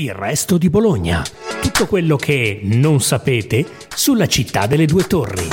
Il resto di Bologna. Tutto quello che non sapete sulla città delle due torri.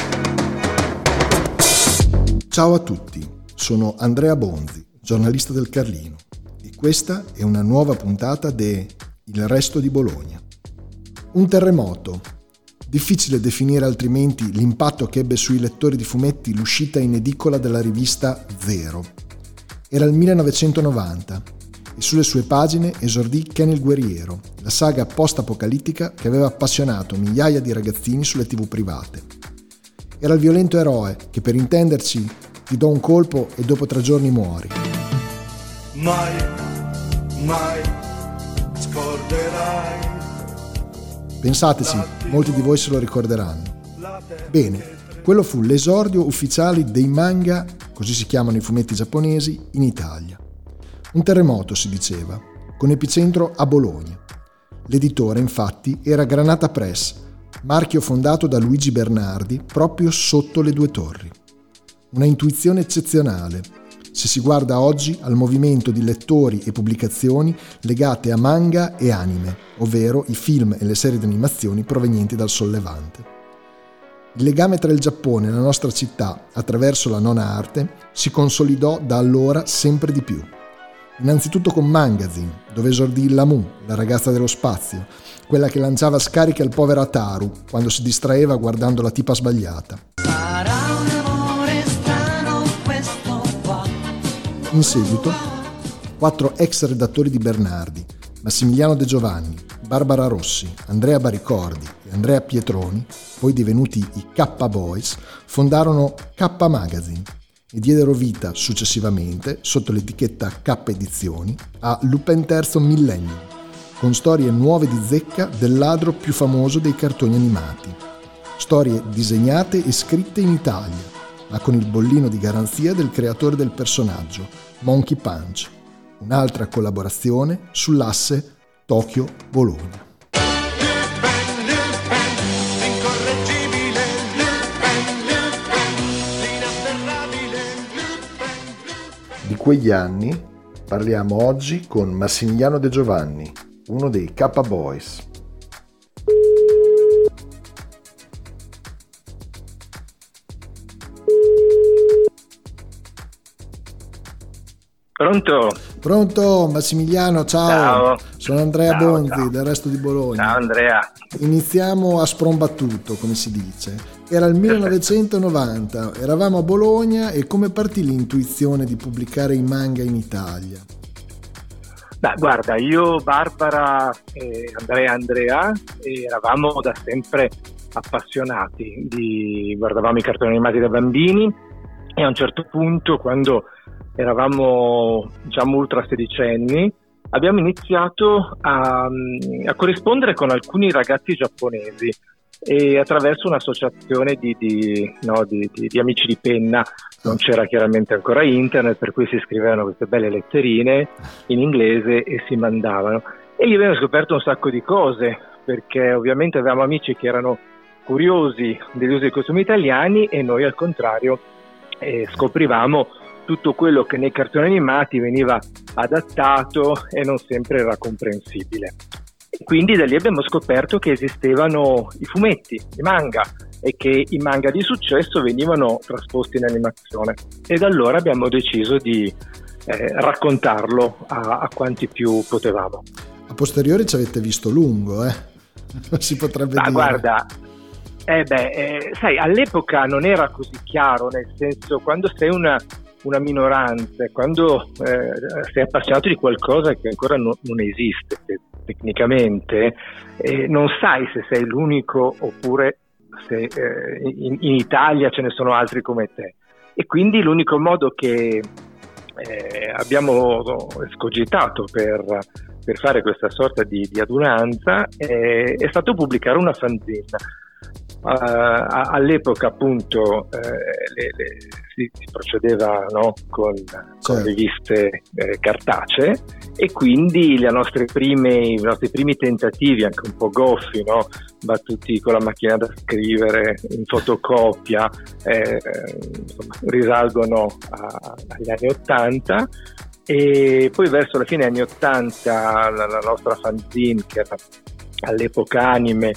Ciao a tutti, sono Andrea Bonzi, giornalista del Carlino, e questa è una nuova puntata de Il resto di Bologna. Un terremoto. Difficile definire altrimenti l'impatto che ebbe sui lettori di fumetti l'uscita in edicola della rivista Zero. Era il 1990 e sulle sue pagine esordì Ken il Guerriero, la saga post-apocalittica che aveva appassionato migliaia di ragazzini sulle TV private. Era il violento eroe che, per intenderci, ti do un colpo e dopo 3 giorni muori. Mai scorderai. Pensateci, molti di voi se lo ricorderanno. Bene, quello fu l'esordio ufficiale dei manga, così si chiamano i fumetti giapponesi, in Italia. Un terremoto, si diceva, con epicentro a Bologna. L'editore, infatti, era Granata Press, marchio fondato da Luigi Bernardi proprio sotto le due torri. Una intuizione eccezionale, se si guarda oggi al movimento di lettori e pubblicazioni legate a manga e anime, ovvero i film e le serie di animazioni provenienti dal Sollevante. Il legame tra il Giappone e la nostra città, attraverso la nona arte, si consolidò da allora sempre di più. Innanzitutto con Magazine, dove esordì Lamu, la ragazza dello spazio, quella che lanciava scariche al povero Ataru quando si distraeva guardando la tipa sbagliata. In seguito, 4 ex redattori di Bernardi, Massimiliano De Giovanni, Barbara Rossi, Andrea Baricordi e Andrea Pietroni, poi divenuti i K-Boys, fondarono K Magazine e diedero vita successivamente, sotto l'etichetta K Edizioni, a Lupin III Millennium, con storie nuove di zecca del ladro più famoso dei cartoni animati. Storie disegnate e scritte in Italia, ma con il bollino di garanzia del creatore del personaggio, Monkey Punch. Un'altra collaborazione sull'asse Tokyo-Bologna. Di quegli anni parliamo oggi con Massimiliano De Giovanni, uno dei K-Boys. Pronto Massimiliano, ciao. Sono Andrea Bonzi del Resto di Bologna. Ciao Andrea. Iniziamo a sprombattuto, come si dice. Era il 1990, eravamo a Bologna e come partì l'intuizione di pubblicare i manga in Italia? Beh, guarda, io, Barbara e Andrea eravamo da sempre appassionati, guardavamo i cartoni animati da bambini e a un certo punto, quando eravamo diciamo ultra sedicenni, abbiamo iniziato a corrispondere con alcuni ragazzi giapponesi e attraverso un'associazione di amici di penna. Non c'era chiaramente ancora internet, per cui si scrivevano queste belle letterine in inglese e si mandavano, e lì abbiamo scoperto un sacco di cose, perché ovviamente avevamo amici che erano curiosi degli usi e costumi italiani e noi al contrario scoprivamo tutto quello che nei cartoni animati veniva adattato e non sempre era comprensibile. E quindi da lì abbiamo scoperto che esistevano i fumetti, i manga, e che i manga di successo venivano trasposti in animazione. E da allora abbiamo deciso di raccontarlo a quanti più potevamo. A posteriori ci avete visto lungo, si potrebbe dire. Guarda, sai, all'epoca non era così chiaro, nel senso, quando sei una minoranza, quando sei appassionato di qualcosa che ancora non esiste tecnicamente, non sai se sei l'unico oppure se in Italia ce ne sono altri come te, e quindi l'unico modo che abbiamo escogitato per fare questa sorta di adunanza è stato pubblicare una fanzine. All'epoca appunto si procedeva con riviste cartacee, e quindi i nostri primi tentativi, anche un po' goffi, battuti con la macchina da scrivere in fotocopia, risalgono agli anni '80, E poi verso la fine anni 80 la nostra fanzine, che era all'epoca Anime,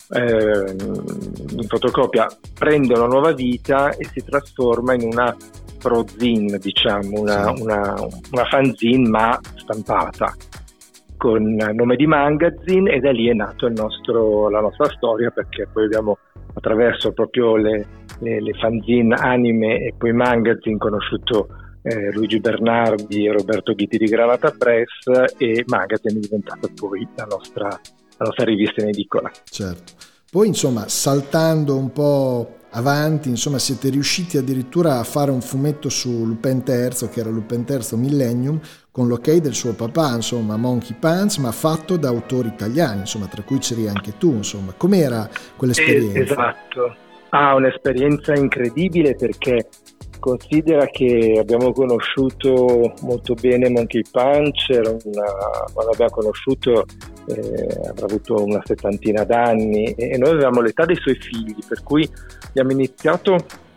in fotocopia, prende una nuova vita e si trasforma in una prozine, diciamo, una fanzine ma stampata con nome di magazine, e da lì è nato la nostra storia, perché poi abbiamo, attraverso proprio le fanzine Anime e poi magazine, conosciuto Luigi Bernardi e Roberto Ghitti di Granata Press, e magazine è diventata poi la nostra rivista in edicola. Certo. Poi insomma, saltando un po' avanti, insomma, siete riusciti addirittura a fare un fumetto su Lupin III, che era Lupin III Millennium, con l'ok del suo papà, insomma, Monkey Punch, ma fatto da autori italiani, insomma, tra cui c'eri anche tu, insomma. Com'era quell'esperienza? Esatto. Un'esperienza incredibile, perché considera che abbiamo conosciuto molto bene Monkey Punch, quando abbiamo conosciuto avrà avuto una 70 d'anni, e noi avevamo l'età dei suoi figli, per cui abbiamo iniziato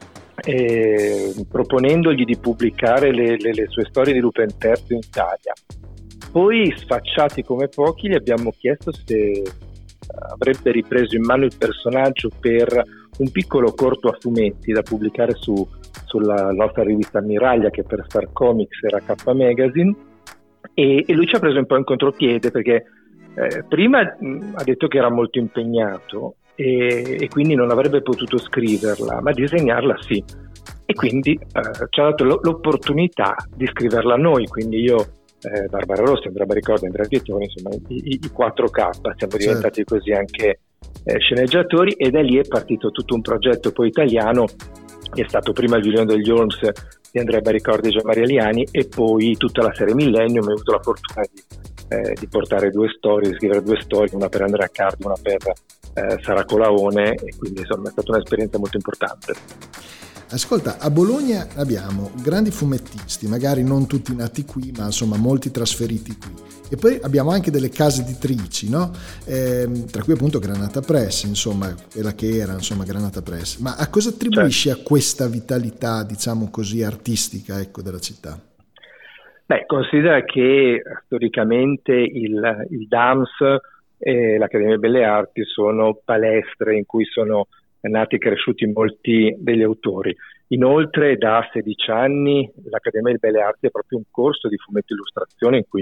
proponendogli di pubblicare le sue storie di Lupin III in Italia. Poi, sfacciati come pochi, gli abbiamo chiesto se avrebbe ripreso in mano il personaggio per un piccolo corto a fumetti da pubblicare sulla nostra rivista Ammiraglia, che per Star Comics era K Magazine, e lui ci ha preso un po' in contropiede, perché prima ha detto che era molto impegnato e quindi non avrebbe potuto scriverla, ma disegnarla sì, e quindi ci ha dato l'opportunità di scriverla a noi, quindi io, Barbara Rossi, Andrea Baricordi, Andrea Pietoni, insomma i 4K, siamo diventati così anche sceneggiatori, e da lì è partito tutto un progetto poi italiano, che è stato prima il Villaino degli Holmes di Andrea Baricordi e Gian Maria Liani, e poi tutta la serie Millennium. Ho avuto la fortuna di portare di scrivere 2 storie, una per Andrea Cardi, una per Sara Colaone, e quindi insomma è stata un'esperienza molto importante. Ascolta, a Bologna abbiamo grandi fumettisti, magari non tutti nati qui, ma insomma molti trasferiti qui. E poi abbiamo anche delle case editrici, no? Tra cui appunto Granata Press, insomma, quella che era, insomma, Granata Press. Ma a cosa attribuisci a questa vitalità, diciamo così, artistica, ecco, della città? Beh, considera che storicamente il DAMS e l'Accademia Belle Arti sono palestre in cui sono nati e cresciuti molti degli autori. Inoltre, da 16 anni l'Accademia di Belle Arti è proprio un corso di fumetto illustrazione in cui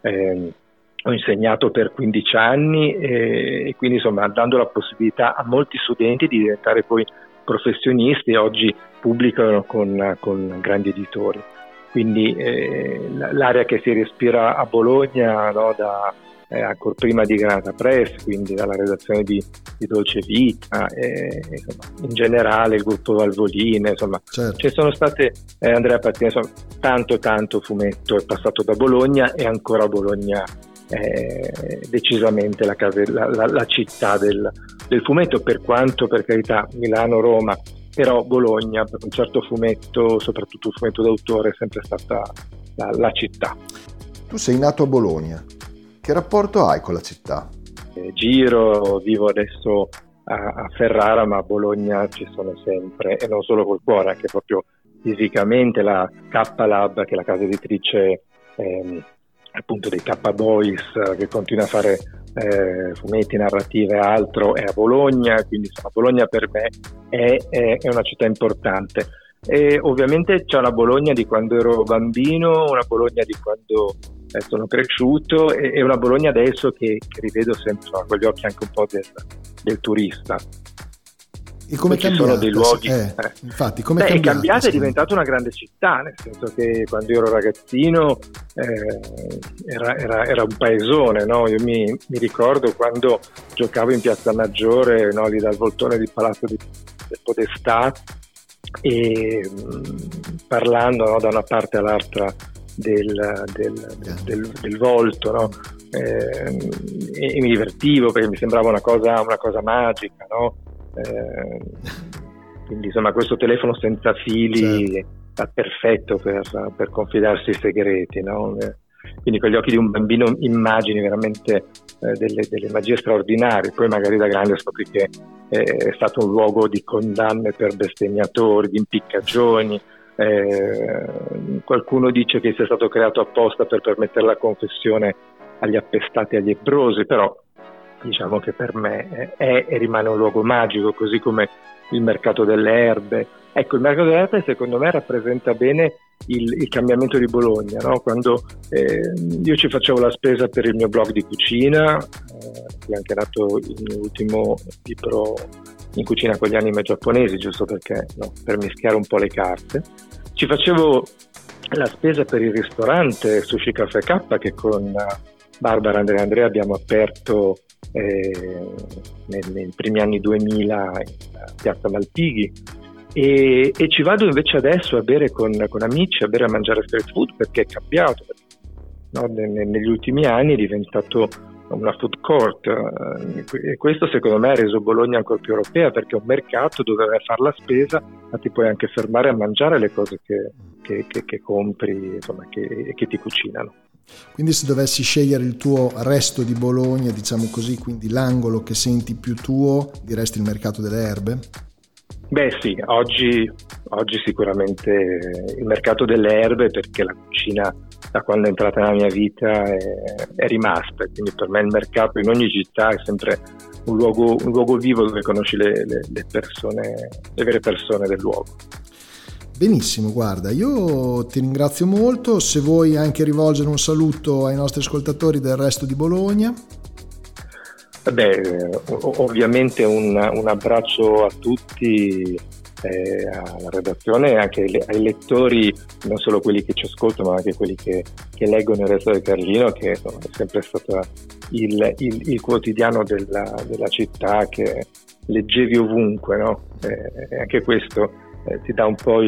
ho insegnato per 15 anni, e quindi insomma dando la possibilità a molti studenti di diventare poi professionisti, e oggi pubblicano con grandi editori. Quindi l'area che si respira a Bologna, no, ancora prima di Granata Press, quindi dalla redazione di Dolce Vita, insomma, in generale il gruppo Valvoline, insomma, certo. Ci sono state Andrea Pattina, insomma, tanto fumetto è passato da Bologna, e ancora a Bologna decisamente la città del fumetto, per quanto, per carità, Milano, Roma, però Bologna per un certo fumetto, soprattutto un fumetto d'autore, è sempre stata la città. Tu sei nato a Bologna, che rapporto hai con la città? Vivo adesso a Ferrara, ma a Bologna ci sono sempre, e non solo col cuore, anche proprio fisicamente. La K-Lab, che è la casa editrice appunto dei K-Boys, che continua a fare fumetti, narrative e altro, è a Bologna, quindi insomma Bologna per me è una città importante. E ovviamente c'è una Bologna di quando ero bambino, una Bologna di quando sono cresciuto, e una Bologna adesso che rivedo sempre con gli occhi anche un po' del turista. E come è cambiata? Ci sono dei luoghi. Infatti, come è cambiata? È diventata una grande città, nel senso che quando io ero ragazzino era un paesone, no? Io mi ricordo quando giocavo in Piazza Maggiore, no? Lì dal voltone di Palazzo del Podestà, e parlando, no, da una parte all'altra del volto, no? E mi divertivo perché mi sembrava una cosa magica, no? Quindi insomma questo telefono senza fili è perfetto per confidarsi i segreti, no? Quindi con gli occhi di un bambino immagini veramente delle magie straordinarie. Poi magari da grande scopri che è stato un luogo di condanne per bestemmiatori, di impiccagioni, Qualcuno dice che sia stato creato apposta per permettere la confessione agli appestati e agli lebbrosi, però diciamo che per me è e rimane un luogo magico, così come il mercato delle erbe. Ecco, il mercato delle erbe secondo me rappresenta bene il cambiamento di Bologna, no? Quando io ci facevo la spesa per il mio blog di cucina, che è anche nato il mio ultimo libro in cucina con gli anime giapponesi, giusto per mischiare un po' le carte. Ci facevo la spesa per il ristorante Sushi Caffè K, che con Barbara, Andrea e Andrea abbiamo aperto nei primi anni 2000 in Piazza Malpighi, e ci vado invece adesso a bere con amici, a mangiare street food, perché è cambiato, no? Negli ultimi anni è diventato una food court, e questo secondo me ha reso Bologna ancora più europea, perché è un mercato dove vai a fare la spesa ma ti puoi anche fermare a mangiare le cose che compri, insomma, che ti cucinano. Quindi se dovessi scegliere il tuo resto di Bologna, diciamo così, quindi l'angolo che senti più tuo, diresti il mercato delle erbe? Beh sì, oggi sicuramente il mercato delle erbe, perché la cucina da quando è entrata nella mia vita è rimasta, quindi per me il mercato in ogni città è sempre un luogo vivo dove conosci le persone, le vere persone del luogo. Benissimo, guarda, io ti ringrazio molto. Se vuoi anche rivolgere un saluto ai nostri ascoltatori del resto di Bologna. Ovviamente un abbraccio a tutti, alla redazione e anche ai lettori, non solo quelli che ci ascoltano ma anche quelli che leggono il Resto del Carlino, che insomma, è sempre stato il quotidiano della città che leggevi ovunque, no? Anche questo ti dà un po'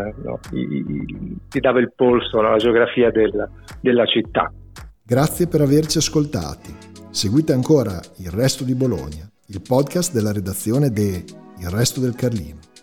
ti dava il polso, no? La geografia della città. Grazie per averci ascoltati. Seguite ancora Il Resto di Bologna, il podcast della redazione de Il Resto del Carlino.